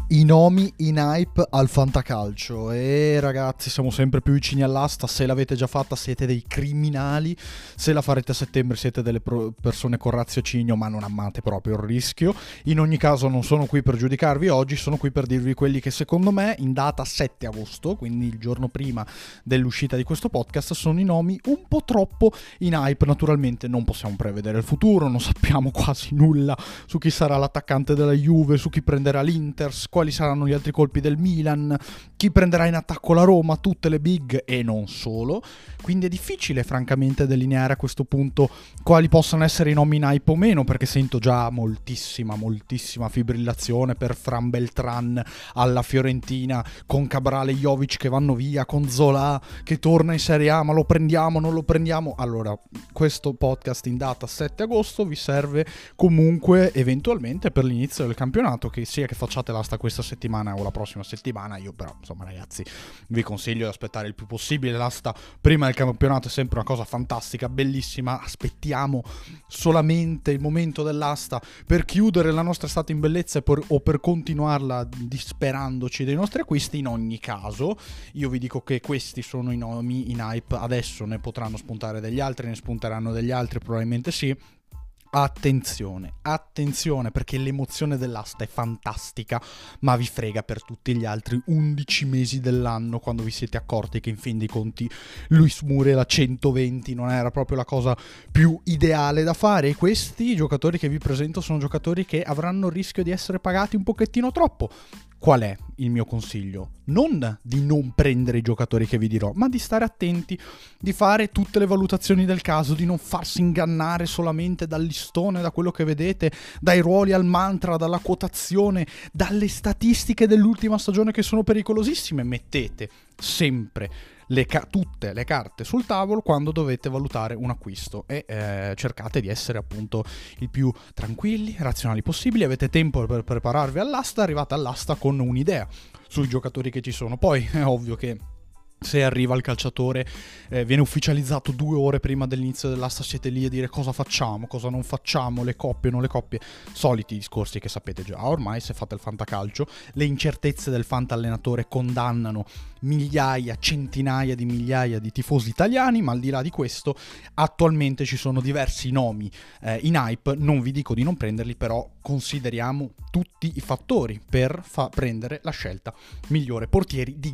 I nomi in hype al fantacalcio e ragazzi siamo sempre più vicini all'asta. Se l'avete già fatta siete dei criminali, se la farete a settembre siete delle persone con raziocinio, ma non amate proprio il rischio. In ogni caso non sono qui per giudicarvi oggi, sono qui per dirvi quelli che secondo me in data 7 agosto, quindi il giorno prima dell'uscita di questo podcast, sono i nomi un po' troppo in hype. Naturalmente non possiamo prevedere il futuro, non sappiamo quasi nulla su chi sarà l'attaccante della Juve, su chi prenderà l'Inter, quali saranno gli altri colpi del Milan, chi prenderà in attacco la Roma, tutte le big e non solo. Quindi è difficile francamente delineare a questo punto quali possano essere i nomi in hype o meno, perché sento già moltissima fibrillazione per Fran Beltran alla Fiorentina, con Cabral e Jovic che vanno via, con Zola che torna in Serie A, ma lo prendiamo, non lo prendiamo. Allora, questo podcast in data 7 agosto vi serve comunque eventualmente per l'inizio del campionato, che sia che facciate l'asta questa settimana o la prossima settimana. Io però insomma ragazzi vi consiglio di aspettare il più possibile. L'asta prima del campionato è sempre una cosa fantastica, bellissima. Aspettiamo solamente il momento dell'asta per chiudere la nostra estate in bellezza o per continuarla disperandoci dei nostri acquisti. In ogni caso io vi dico che questi sono i nomi in hype. Adesso ne potranno spuntare degli altri, ne spunteranno degli altri, probabilmente sì. Attenzione, perché l'emozione dell'asta è fantastica, ma vi frega per tutti gli altri 11 mesi dell'anno, quando vi siete accorti che in fin dei conti Luis Muriel a 120 non era proprio la cosa più ideale da fare. E questi giocatori che vi presento sono giocatori che avranno il rischio di essere pagati un pochettino troppo. Qual è il mio consiglio? Non di non prendere i giocatori che vi dirò, ma di stare attenti, di fare tutte le valutazioni del caso, di non farsi ingannare solamente dal listone, da quello che vedete, dai ruoli al mantra, dalla quotazione, dalle statistiche dell'ultima stagione che sono pericolosissime. Mettete sempre tutte le carte sul tavolo quando dovete valutare un acquisto e cercate di essere appunto il più tranquilli, razionali possibili. Avete tempo per prepararvi all'asta, arrivate all'asta con un'idea sui giocatori che ci sono. Poi è ovvio che se arriva il calciatore, viene ufficializzato 2 ore prima dell'inizio dell'asta, siete lì a dire cosa facciamo, cosa non facciamo, le coppie, non le coppie, soliti discorsi che sapete già ormai se fate il fantacalcio. Le incertezze del fantallenatore condannano migliaia, centinaia di migliaia di tifosi italiani, ma al di là di questo attualmente ci sono diversi nomi in hype. Non vi dico di non prenderli, però consideriamo tutti i fattori per prendere la scelta migliore. Portieri Di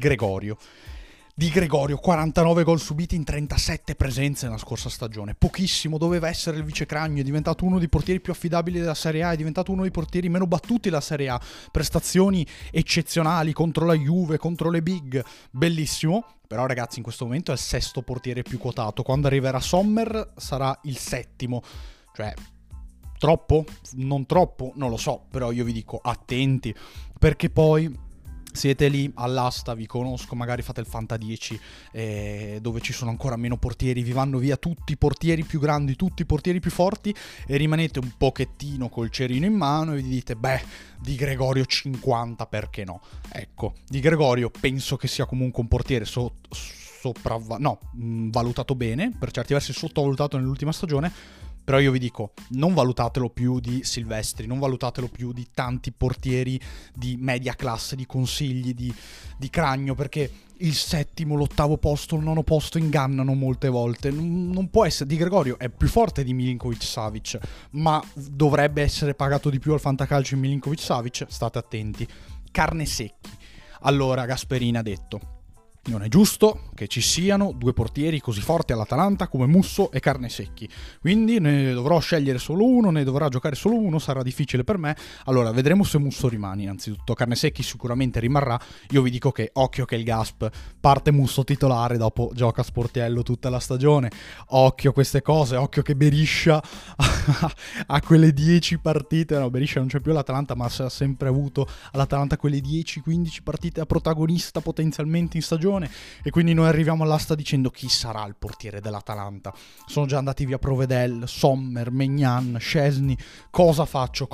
Gregorio, 49 gol subiti in 37 presenze nella scorsa stagione. Pochissimo, doveva essere il vicecragno, è diventato uno dei portieri più affidabili della Serie A, è diventato uno dei portieri meno battuti della Serie A. Prestazioni eccezionali contro la Juve, contro le big, bellissimo. Però ragazzi in questo momento è il 6º portiere più quotato. Quando arriverà Sommer sarà il 7º. Cioè, troppo? Non troppo? Non lo so, però io vi dico attenti, perché poi siete lì all'asta, vi conosco, magari fate il Fanta 10 dove ci sono ancora meno portieri, vi vanno via tutti i portieri più grandi, tutti i portieri più forti e rimanete un pochettino col cerino in mano e vi dite Di Gregorio 50, perché no? Ecco, Di Gregorio penso che sia comunque un portiere valutato bene, per certi versi sottovalutato nell'ultima stagione. Però io vi dico, non valutatelo più di Silvestri, non valutatelo più di tanti portieri di media classe, di Consigli, di Cragno, perché il 7º, l'8º posto, il 9º posto ingannano molte volte. Non può essere. Di Gregorio è più forte di Milinkovic-Savic, ma dovrebbe essere pagato di più al fantacalcio in Milinkovic-Savic. State attenti. Carne secchi. Allora Gasperini ha detto: non è giusto che ci siano 2 portieri così forti all'Atalanta come Musso e Carne Secchi, quindi ne dovrò scegliere solo uno, ne dovrà giocare solo uno, sarà difficile per me. Allora vedremo se Musso rimane. Innanzitutto Carne Secchi sicuramente rimarrà. Io vi dico che occhio che il Gasp parte Musso titolare, dopo gioca Sportiello tutta la stagione. Occhio a queste cose, occhio che Beriscia a quelle 10 partite, no, Beriscia non c'è più all'Atalanta, ma ha sempre avuto all'Atalanta quelle 10-15 partite da protagonista potenzialmente in stagione. E quindi noi arriviamo all'asta dicendo chi sarà il portiere dell'Atalanta. Sono già andati via Provedel, Sommer, Maignan, Szczesny. Cosa faccio?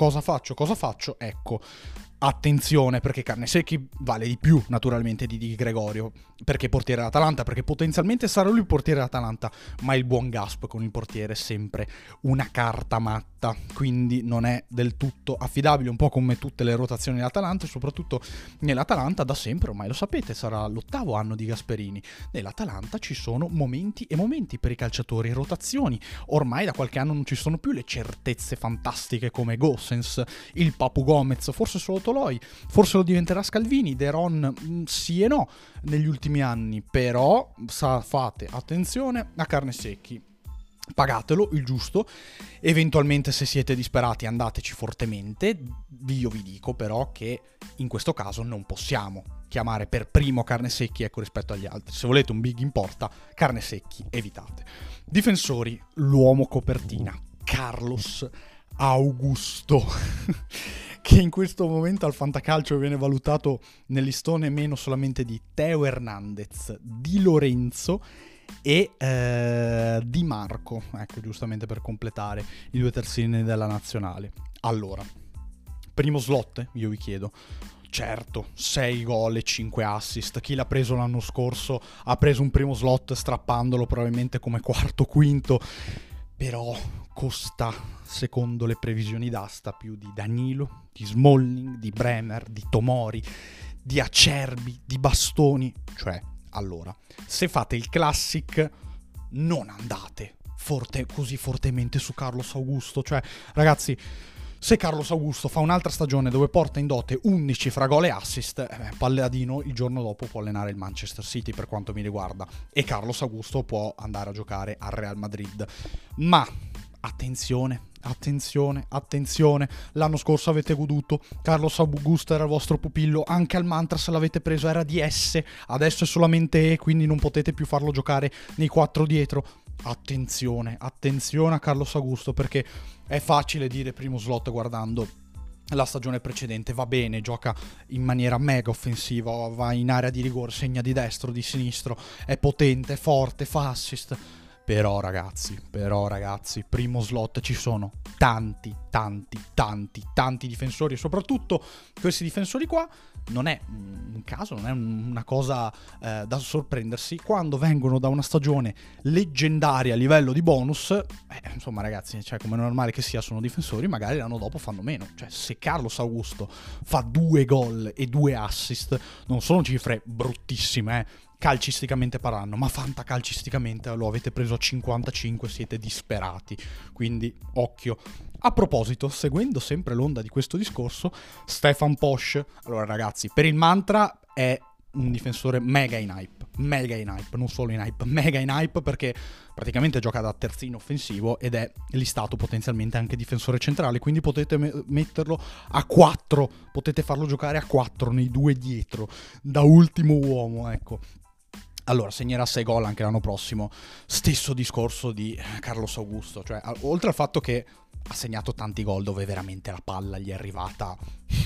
Ecco, attenzione, perché Carne Secchi vale di più naturalmente di Gregorio. perché portiere dell'Atalanta, perché potenzialmente sarà lui il portiere dell'Atalanta, ma il buon Gasp con il portiere è sempre una carta matta, quindi non è del tutto affidabile, un po' come tutte le rotazioni dell'Atalanta, e soprattutto nell'Atalanta da sempre, ormai lo sapete, sarà l'8º anno di Gasperini. Nell'Atalanta ci sono momenti e momenti per i calciatori, rotazioni, ormai da qualche anno non ci sono più le certezze fantastiche come Gosens, il Papu Gomez, forse solo Toloi, forse lo diventerà Scalvini, De Ron sì e no negli ultimi anni, però fate attenzione a Carnesecchi, pagatelo il giusto, eventualmente se siete disperati andateci fortemente. Io vi dico però che in questo caso non possiamo chiamare per primo Carnesecchi, ecco, rispetto agli altri. Se volete un big in porta, Carnesecchi evitate. Difensori, l'uomo copertina, Carlos Augusto che in questo momento al Fantacalcio viene valutato nel listone meno solamente di Teo Hernandez, Di Lorenzo e Di Marco, ecco, giustamente per completare i 2 terzini della nazionale. Allora, primo slot, io vi chiedo. Certo, 6 gol e 5 assist. Chi l'ha preso l'anno scorso ha preso un primo slot strappandolo probabilmente come quarto, quinto, però costa, secondo le previsioni d'asta, più di Danilo, di Smalling, di Bremer, di Tomori, di Acerbi, di Bastoni. Cioè, allora, se fate il classic, non andate così fortemente su Carlos Augusto. Cioè, ragazzi, se Carlos Augusto fa un'altra stagione dove porta in dote 11 fra gol e assist, Palladino il giorno dopo può allenare il Manchester City per quanto mi riguarda, e Carlos Augusto può andare a giocare al Real Madrid. Ma attenzione, l'anno scorso avete goduto, Carlos Augusto era il vostro pupillo, anche al Mantra se l'avete preso era di S, adesso è solamente E, quindi non potete più farlo giocare nei 4 dietro. Attenzione a Carlos Augusto, perché è facile dire primo slot guardando la stagione precedente, va bene, gioca in maniera mega offensiva, va in area di rigore, segna di destro, di sinistro, è potente, è forte, fa assist. Però ragazzi, primo slot ci sono tanti difensori, e soprattutto questi difensori qua non è un caso, non è una cosa da sorprendersi quando vengono da una stagione leggendaria a livello di bonus. Insomma ragazzi, cioè, come è normale che sia, sono difensori, magari l'anno dopo fanno meno. Cioè, se Carlos Augusto fa 2 gol e 2 assist, non sono cifre bruttissime, calcisticamente parlando, ma fantacalcisticamente lo avete preso a 55, siete disperati, quindi occhio. A proposito, seguendo sempre l'onda di questo discorso, Stefan Posch, allora ragazzi, per il Mantra è un difensore mega in hype, non solo in hype, mega in hype, perché praticamente gioca da terzino offensivo ed è listato potenzialmente anche difensore centrale, quindi potete metterlo a 4, potete farlo giocare a 4 nei 2 dietro, da ultimo uomo, ecco. Allora, segnerà 6 gol anche l'anno prossimo. Stesso discorso di Carlos Augusto. Cioè, oltre al fatto che ha segnato tanti gol dove veramente la palla gli è arrivata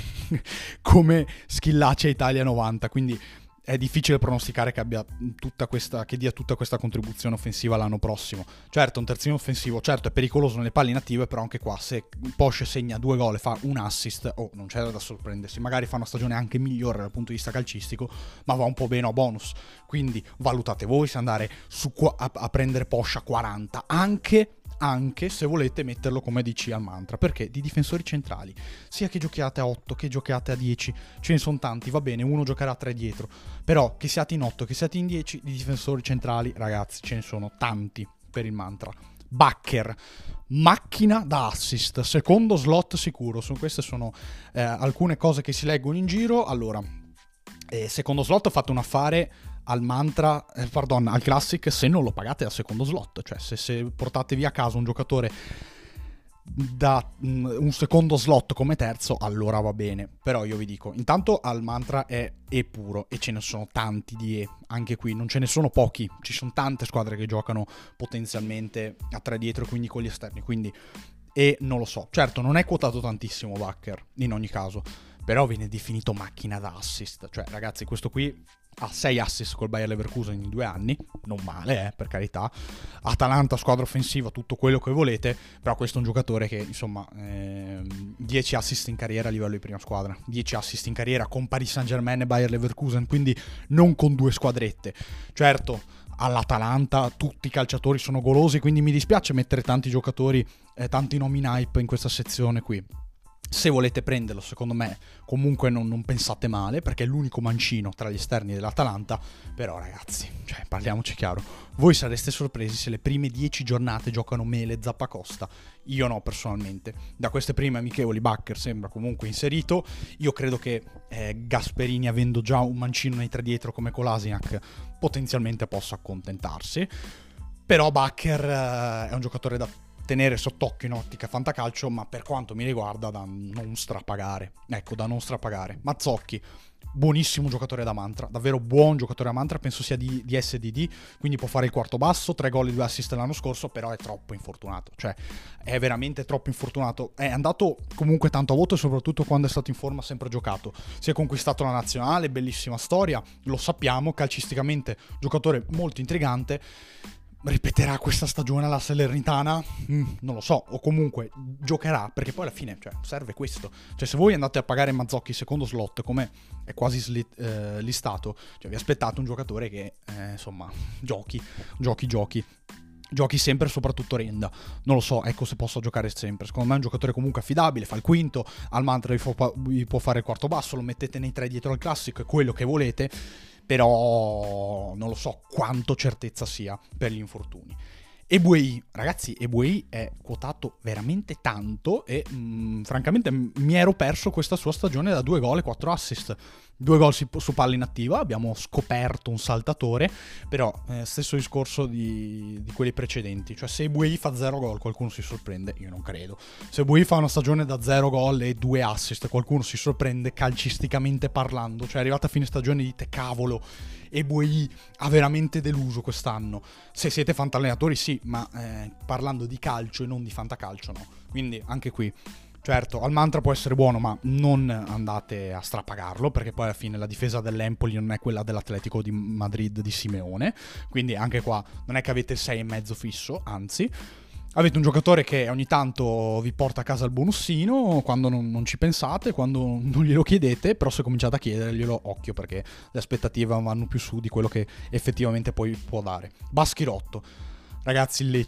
come Schillaci a Italia 90. Quindi è difficile pronosticare che abbia che dia tutta questa contribuzione offensiva l'anno prossimo. Certo, un terzino offensivo, certo, è pericoloso nelle palle inattive, però anche qua, se Posch segna 2 gol e fa un assist, non c'era da sorprendersi. Magari fa una stagione anche migliore dal punto di vista calcistico, ma va un po' meno a bonus. Quindi valutate voi se andare a prendere Posch a 40, anche se volete metterlo come DC al Mantra, perché di difensori centrali, sia che giochiate a 8 che giochiate a 10, ce ne sono tanti, va bene, uno giocherà a 3 dietro, però che siate in 8, che siate in 10 di difensori centrali, ragazzi, ce ne sono tanti per il Mantra. Bakker, macchina da assist, secondo slot sicuro. Queste sono alcune cose che si leggono in giro. Allora, secondo slot ho fatto un affare al Mantra, al Classic, se non lo pagate al secondo slot, cioè se portate via a casa un giocatore da un secondo slot come terzo, allora va bene. Però io vi dico, intanto al Mantra è E puro, e ce ne sono tanti di E, anche qui non ce ne sono pochi, ci sono tante squadre che giocano potenzialmente a 3 dietro, quindi con gli esterni, quindi E non lo so. Certo, non è quotato tantissimo Bakker in ogni caso, però viene definito macchina da assist. Cioè ragazzi, questo qui ha 6 assist col Bayer Leverkusen in 2 anni, non male, per carità. Atalanta, squadra offensiva, tutto quello che volete, però questo è un giocatore che, insomma, 10 assist in carriera a livello di prima squadra, 10 assist in carriera con Paris Saint-Germain e Bayer Leverkusen, quindi non con 2 squadrette. Certo, all'Atalanta tutti i calciatori sono golosi, quindi mi dispiace mettere tanti giocatori, tanti nomi in hype in questa sezione qui. Se volete prenderlo, secondo me, comunque non pensate male, perché è l'unico mancino tra gli esterni dell'Atalanta. Però ragazzi, cioè, parliamoci chiaro, voi sareste sorpresi se le prime 10 giornate giocano Mele e Zappacosta. Io no, personalmente. Da queste prime amichevoli Bakker sembra comunque inserito. Io credo che Gasperini, avendo già un mancino nei tre dietro come Kolasinac, potenzialmente possa accontentarsi. Però Bakker è un giocatore da tenere sott'occhio in ottica fantacalcio, ma per quanto mi riguarda da non strapagare. Ecco, da non strapagare. Mazzocchi, buonissimo giocatore da mantra, davvero buon giocatore da mantra, penso sia di SDD, quindi può fare il quarto basso, 3 gol e 2 assist l'anno scorso, però è troppo infortunato, cioè è veramente troppo infortunato. È andato comunque tanto a voto e soprattutto quando è stato in forma ha sempre giocato. Si è conquistato la nazionale, bellissima storia, lo sappiamo, calcisticamente giocatore molto intrigante. Ripeterà questa stagione alla Salernitana? Non lo so, o comunque giocherà, perché poi alla fine, cioè, serve questo. Cioè, se voi andate a pagare Mazzocchi secondo slot, come è quasi listato, cioè vi aspettate un giocatore che, insomma, giochi sempre, soprattutto renda. Non lo so, ecco, se posso giocare sempre. Secondo me è un giocatore comunque affidabile, fa il quinto, al mantra vi può fare il quarto basso, lo mettete nei 3 dietro al classico, è quello che volete. Però non lo so quanto certezza sia per gli infortuni. Eboué, ragazzi, Eboué è quotato veramente tanto e francamente mi ero perso questa sua stagione da 2 gol e 4 assist. 2 gol su palla inattiva, abbiamo scoperto un saltatore, però stesso discorso di quelli precedenti, cioè se Eboué fa 0 gol qualcuno si sorprende, io non credo. Se Eboué fa una stagione da 0 gol e 2 assist qualcuno si sorprende calcisticamente parlando, cioè arrivata a fine stagione dite cavolo, Eboué ha veramente deluso quest'anno. Se siete fantallenatori sì, ma parlando di calcio e non di fantacalcio no, quindi anche qui certo, al mantra può essere buono, ma non andate a strapagarlo, perché poi alla fine la difesa dell'Empoli non è quella dell'Atletico di Madrid di Simeone, quindi anche qua non è che avete il 6,5 fisso, anzi avete un giocatore che ogni tanto vi porta a casa il bonussino quando non ci pensate, quando non glielo chiedete, però se cominciate a chiederglielo, occhio, perché le aspettative vanno più su di quello che effettivamente poi può dare. Baschirotto, ragazzi, il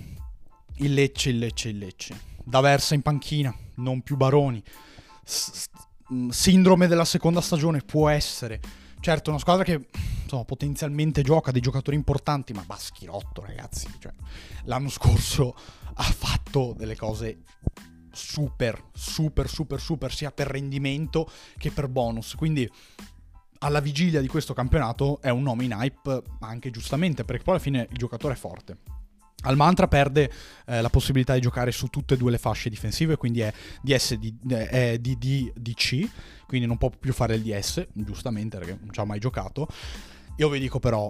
Lecce. D'Aversa in panchina, non più Baroni. Sindrome della seconda stagione, può essere. Certo, una squadra che insomma, potenzialmente gioca dei giocatori importanti, ma Baschirotto, ragazzi, cioè, l'anno scorso ha fatto delle cose super, sia per rendimento che per bonus. Quindi alla vigilia di questo campionato è un nome in hype, ma anche giustamente, perché poi alla fine il giocatore è forte. Al mantra perde la possibilità di giocare su tutte e 2 le fasce difensive, quindi è DD-DC, quindi non può più fare il DS, giustamente, perché non ci ha mai giocato. Io vi dico però,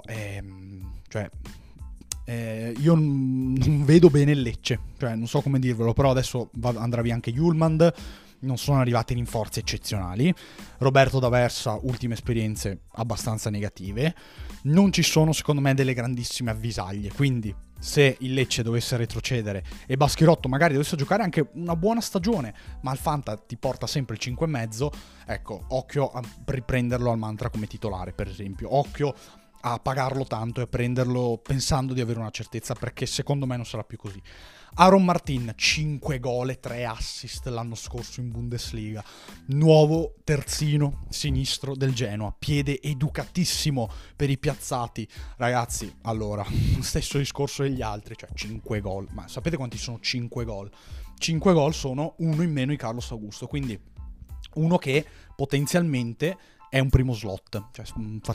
io non vedo bene il Lecce, cioè non so come dirvelo, però adesso andrà via anche Hjulmand, non sono arrivati rinforzi eccezionali. Roberto D'Aversa, ultime esperienze abbastanza negative. Non ci sono, secondo me, delle grandissime avvisaglie, quindi se il Lecce dovesse retrocedere e Baschirotto magari dovesse giocare anche una buona stagione, ma il Fanta ti porta sempre il 5,5, ecco, occhio a riprenderlo al mantra come titolare, per esempio. Occhio a pagarlo tanto e a prenderlo pensando di avere una certezza, perché secondo me non sarà più così. Aaron Martin, 5 gol e 3 assist l'anno scorso in Bundesliga. Nuovo terzino sinistro del Genoa. Piede educatissimo per i piazzati. Ragazzi, allora, stesso discorso degli altri, cioè 5 gol. Ma sapete quanti sono 5 gol? 5 gol sono uno in meno di Carlos Augusto, quindi uno che potenzialmente è un primo slot, cioè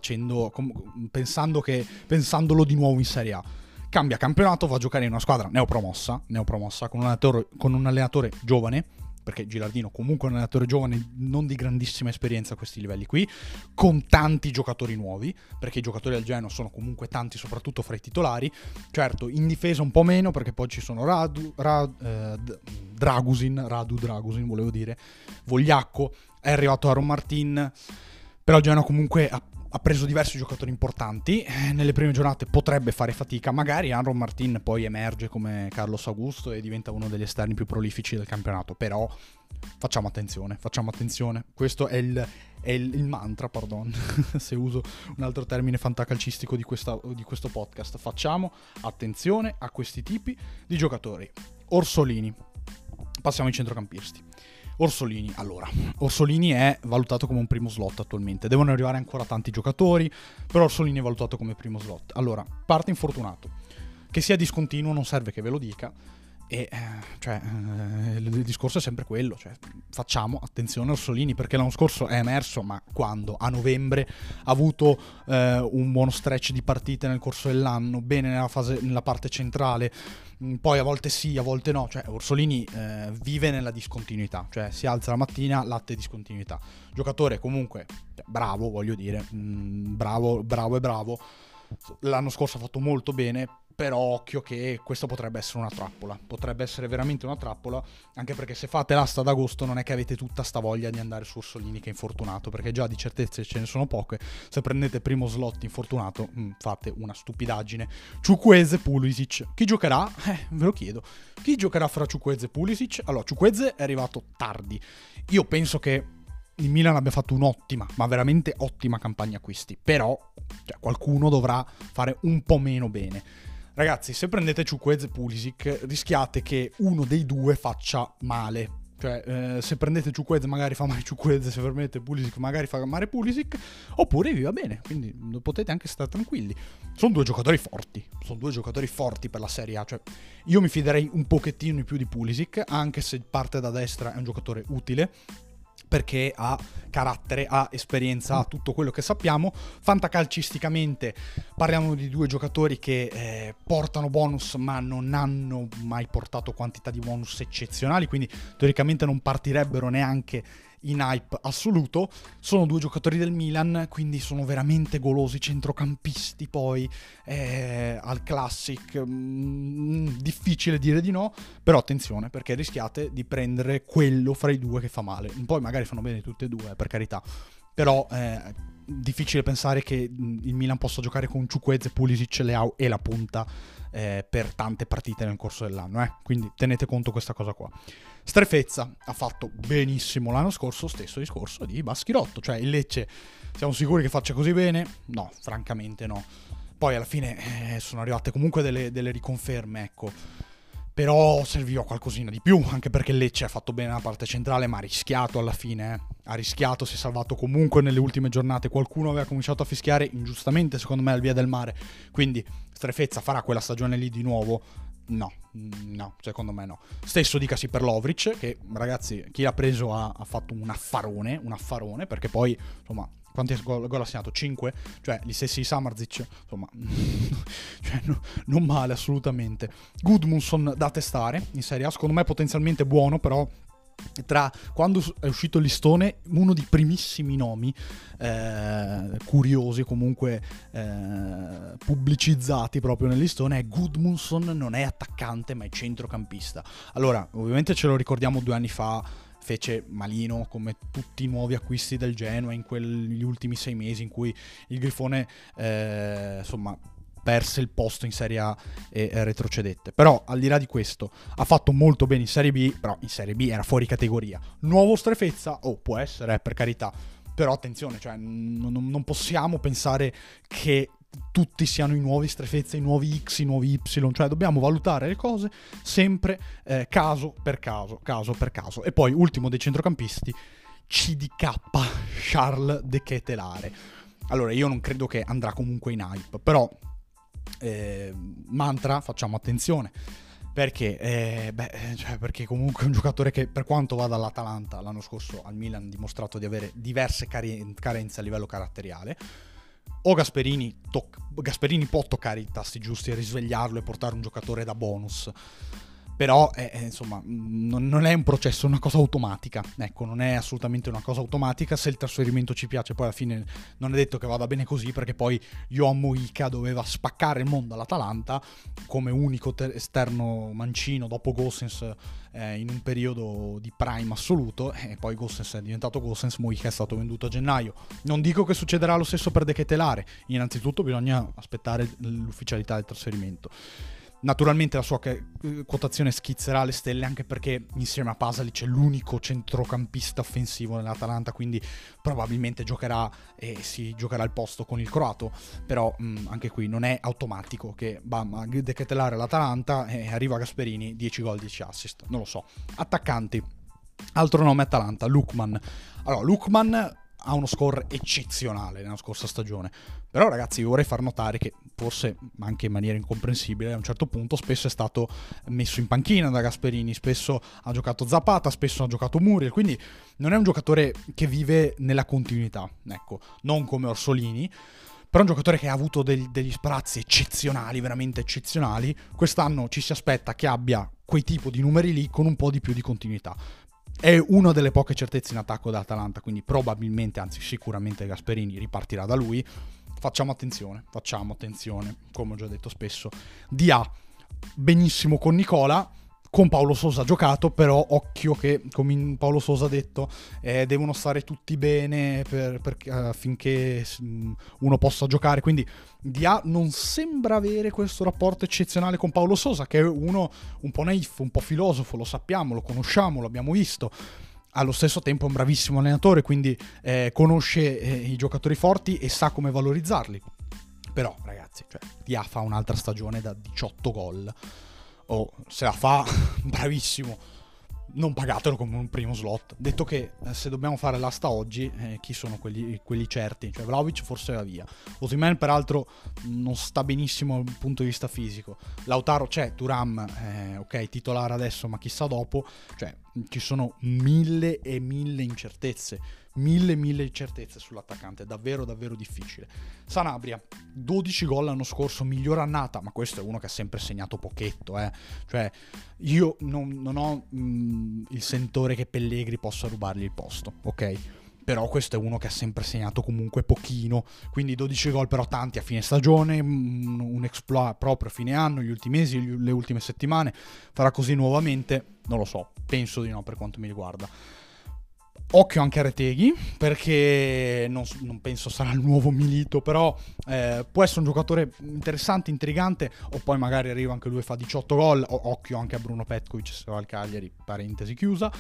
pensandolo di nuovo in Serie A. Cambia campionato, va a giocare in una squadra neopromossa con un allenatore giovane, perché Gilardino comunque è un allenatore giovane, non di grandissima esperienza a questi livelli qui, con tanti giocatori nuovi, perché i giocatori del Genoa sono comunque tanti, soprattutto fra i titolari. Certo, in difesa un po' meno, perché poi ci sono Dragusin, volevo dire, Vogliacco, è arrivato Aaron Martin, però il Genoa comunque ha preso diversi giocatori importanti, nelle prime giornate potrebbe fare fatica, magari Aaron Martin poi emerge come Carlos Augusto e diventa uno degli esterni più prolifici del campionato, però facciamo attenzione, questo è il mantra, pardon, se uso un altro termine fantacalcistico di questo podcast, facciamo attenzione a questi tipi di giocatori. Orsolini, passiamo ai centrocampisti. Orsolini è valutato come un primo slot attualmente, devono arrivare ancora tanti giocatori, però Orsolini è valutato come primo slot. Allora, parte infortunato, che sia discontinuo non serve che ve lo dica, e il discorso è sempre quello, cioè facciamo attenzione a Orsolini, perché l'anno scorso è emerso, ma quando? A novembre ha avuto un buono stretch di partite nel corso dell'anno, bene nella parte centrale, poi a volte sì, a volte no, cioè Orsolini vive nella discontinuità, cioè si alza la mattina, latte discontinuità, giocatore comunque bravo, voglio dire, bravo, l'anno scorso ha fatto molto bene, però occhio che questo potrebbe essere una trappola, potrebbe essere veramente una trappola, anche perché se fate l'asta ad agosto non è che avete tutta sta voglia di andare su Orsolini che è infortunato, perché già di certezze ce ne sono poche, se prendete primo slot infortunato fate una stupidaggine. Chukwueze, Pulisic, chi giocherà? Ve lo chiedo, chi giocherà fra Chukwueze e Pulisic? Allora, Chukwueze è arrivato tardi, io penso che il Milan abbia fatto un'ottima, ma veramente ottima campagna acquisti, però qualcuno dovrà fare un po' meno bene. Ragazzi, se prendete Chukwueze e Pulisic rischiate che uno dei due faccia male. Cioè, se prendete Chukwueze magari fa male Chukwueze, se prendete Pulisic magari fa male Pulisic, oppure vi va bene, quindi potete anche stare tranquilli. Sono due giocatori forti per la Serie A, cioè io mi fiderei un pochettino di più di Pulisic, anche se parte da destra è un giocatore utile, perché ha carattere, ha esperienza, ha tutto quello che sappiamo. Fantacalcisticamente parliamo di due giocatori che portano bonus ma non hanno mai portato quantità di bonus eccezionali, quindi teoricamente non partirebbero neanche in hype assoluto. Sono due giocatori del Milan, quindi sono veramente golosi centrocampisti, poi al classic, difficile dire di no, però attenzione, perché rischiate di prendere quello fra i due che fa male. Poi magari fanno bene tutti e due, per carità, però difficile pensare che il Milan possa giocare con Chukwueze, Pulisic, Leao e la punta per tante partite nel corso dell'anno, quindi tenete conto questa cosa qua. Strefezza ha fatto benissimo l'anno scorso, stesso discorso di Baschirotto, cioè il Lecce siamo sicuri che faccia così bene? No, francamente no. Poi alla fine sono arrivate comunque delle riconferme, ecco, però serviva qualcosina di più, anche perché il Lecce ha fatto bene la parte centrale, ma ha rischiato alla fine, ha rischiato, si è salvato comunque nelle ultime giornate, qualcuno aveva cominciato a fischiare ingiustamente secondo me al Via del Mare, quindi Strefezza farà quella stagione lì di nuovo? No, secondo me no. Stesso dicasi per Lovric, che ragazzi, chi l'ha preso ha fatto un affarone, perché poi, insomma, quanti gol ha segnato? 5? Cioè, gli stessi Samardzic, insomma, cioè, non male assolutamente. Gudmundsson da testare in Serie A, secondo me potenzialmente buono, però tra quando è uscito il listone uno dei primissimi nomi curiosi, comunque pubblicizzati proprio nel listone, è Gudmundsson, non è attaccante ma è centrocampista. Allora, ovviamente ce lo ricordiamo 2 anni fa, fece malino come tutti i nuovi acquisti del Genoa in quegli ultimi 6 mesi in cui il Grifone insomma perse il posto in Serie A e retrocedette. Però al di là di questo ha fatto molto bene in Serie B, però in Serie B era fuori categoria. Nuovo Strefezza? Può essere, per carità, però attenzione, cioè non possiamo pensare che tutti siano i nuovi Strefezza, i nuovi X, i nuovi Y, cioè dobbiamo valutare le cose sempre caso per caso. E poi ultimo dei centrocampisti, CDK, Charles De Ketelare. Allora, io non credo che andrà comunque in hype, però mantra, facciamo attenzione, perché perché comunque è un giocatore che, per quanto vada all'Atalanta, l'anno scorso al Milan ha dimostrato di avere diverse carenze a livello caratteriale. O Gasperini può toccare i tasti giusti e risvegliarlo e portare un giocatore da bonus, Però insomma non è un processo, è una cosa automatica, ecco, non è assolutamente una cosa automatica. Se il trasferimento ci piace, poi alla fine non è detto che vada bene così, perché poi Yoan Mojica doveva spaccare il mondo all'Atalanta come unico esterno mancino dopo Gosens in un periodo di prime assoluto, e poi Gosens è diventato Gosens, Mojica è stato venduto a gennaio. Non dico che succederà lo stesso per De Ketelaere, innanzitutto bisogna aspettare l'ufficialità del trasferimento. Naturalmente la sua quotazione schizzerà alle stelle, anche perché insieme a Pasalic è l'unico centrocampista offensivo nell'Atalanta, quindi probabilmente giocherà e si giocherà il posto con il croato. Però anche qui non è automatico che bam, De Ketelaere all'Atalanta e arriva Gasperini, 10 gol, 10 assist, non lo so. Attaccanti, altro nome Atalanta, Lookman. Allora, Lookman ha uno score eccezionale nella scorsa stagione, però ragazzi vorrei far notare che forse anche in maniera incomprensibile a un certo punto spesso è stato messo in panchina da Gasperini, spesso ha giocato Zapata, spesso ha giocato Muriel, quindi non è un giocatore che vive nella continuità, ecco, non come Orsolini, però è un giocatore che ha avuto degli sprazzi eccezionali, veramente eccezionali. Quest'anno ci si aspetta che abbia quei tipo di numeri lì con un po' di più di continuità. È una delle poche certezze in attacco dell'Atalanta, quindi probabilmente, anzi sicuramente Gasperini ripartirà da lui. Facciamo attenzione, come ho già detto spesso. Dia benissimo con Nicola, con Paulo Sousa ha giocato, però occhio che, come Paulo Sousa ha detto, devono stare tutti bene affinché uno possa giocare, quindi Dia non sembra avere questo rapporto eccezionale con Paulo Sousa, che è uno un po' naif, un po' filosofo, lo sappiamo, lo conosciamo, lo abbiamo visto. Allo stesso tempo è un bravissimo allenatore, quindi conosce i giocatori forti e sa come valorizzarli. Però ragazzi, Dia fa un'altra stagione da 18 gol. Se la fa, bravissimo, non pagatelo come un primo slot. Detto che se dobbiamo fare l'asta oggi, chi sono quelli certi? Cioè Vlahovic forse va via, Osimhen peraltro non sta benissimo dal punto di vista fisico, Lautaro c'è, Thuram ok, titolare adesso ma chissà dopo. Cioè ci sono mille incertezze sull'attaccante, è davvero difficile. Sanabria, 12 gol l'anno scorso, miglior annata, ma questo è uno che ha sempre segnato pochetto, cioè io non ho il sentore che Pellegrini possa rubargli il posto, ok? Però questo è uno che ha sempre segnato comunque pochino, quindi 12 gol però tanti a fine stagione, un exploit proprio a fine anno, gli ultimi mesi, le ultime settimane. Farà così nuovamente? Non lo so, penso di no per quanto mi riguarda. Occhio anche a Retegui, perché non penso sarà il nuovo Milito, però può essere un giocatore interessante, intrigante, o poi magari arriva anche lui e fa 18 gol. Occhio anche a Bruno Petkovic se va al Cagliari, parentesi chiusa,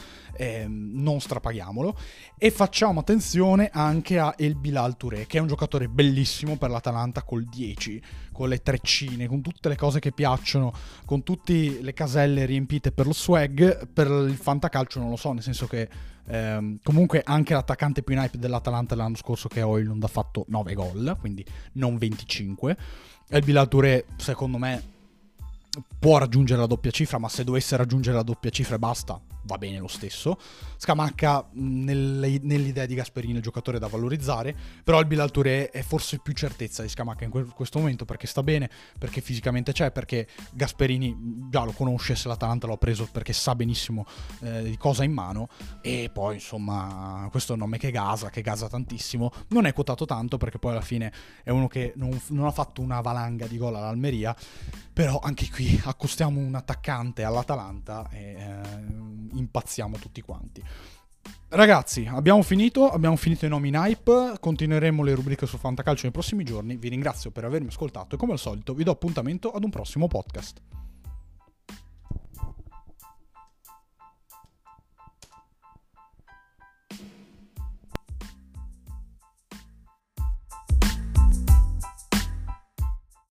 non strapaghiamolo. E facciamo attenzione anche a El Bilal Touré, che è un giocatore bellissimo per l'Atalanta col 10, con le treccine, con tutte le cose che piacciono, con tutte le caselle riempite per lo swag. Per il fantacalcio non lo so, nel senso che comunque anche l'attaccante più in hype dell'Atalanta l'anno scorso, che è Højlund, ha fatto 9 gol, quindi non 25. El Bilal Touré secondo me può raggiungere la doppia cifra, ma se dovesse raggiungere la doppia cifra e basta, va bene lo stesso. Scamacca nell'idea di Gasperini il giocatore da valorizzare, però il Bilal Touré è forse più certezza di Scamacca in questo momento, perché sta bene, perché fisicamente c'è, perché Gasperini già lo conosce, se l'Atalanta l'ha preso perché sa benissimo di cosa ha in mano. E poi insomma questo è un nome che gasa tantissimo, non è quotato tanto perché poi alla fine è uno che non ha fatto una valanga di gol all'Almeria, però anche qui accostiamo un attaccante all'Atalanta e impazziamo tutti quanti. Ragazzi, abbiamo finito i nomi in hype, continueremo le rubriche su Fantacalcio nei prossimi giorni. Vi ringrazio per avermi ascoltato e come al solito vi do appuntamento ad un prossimo podcast.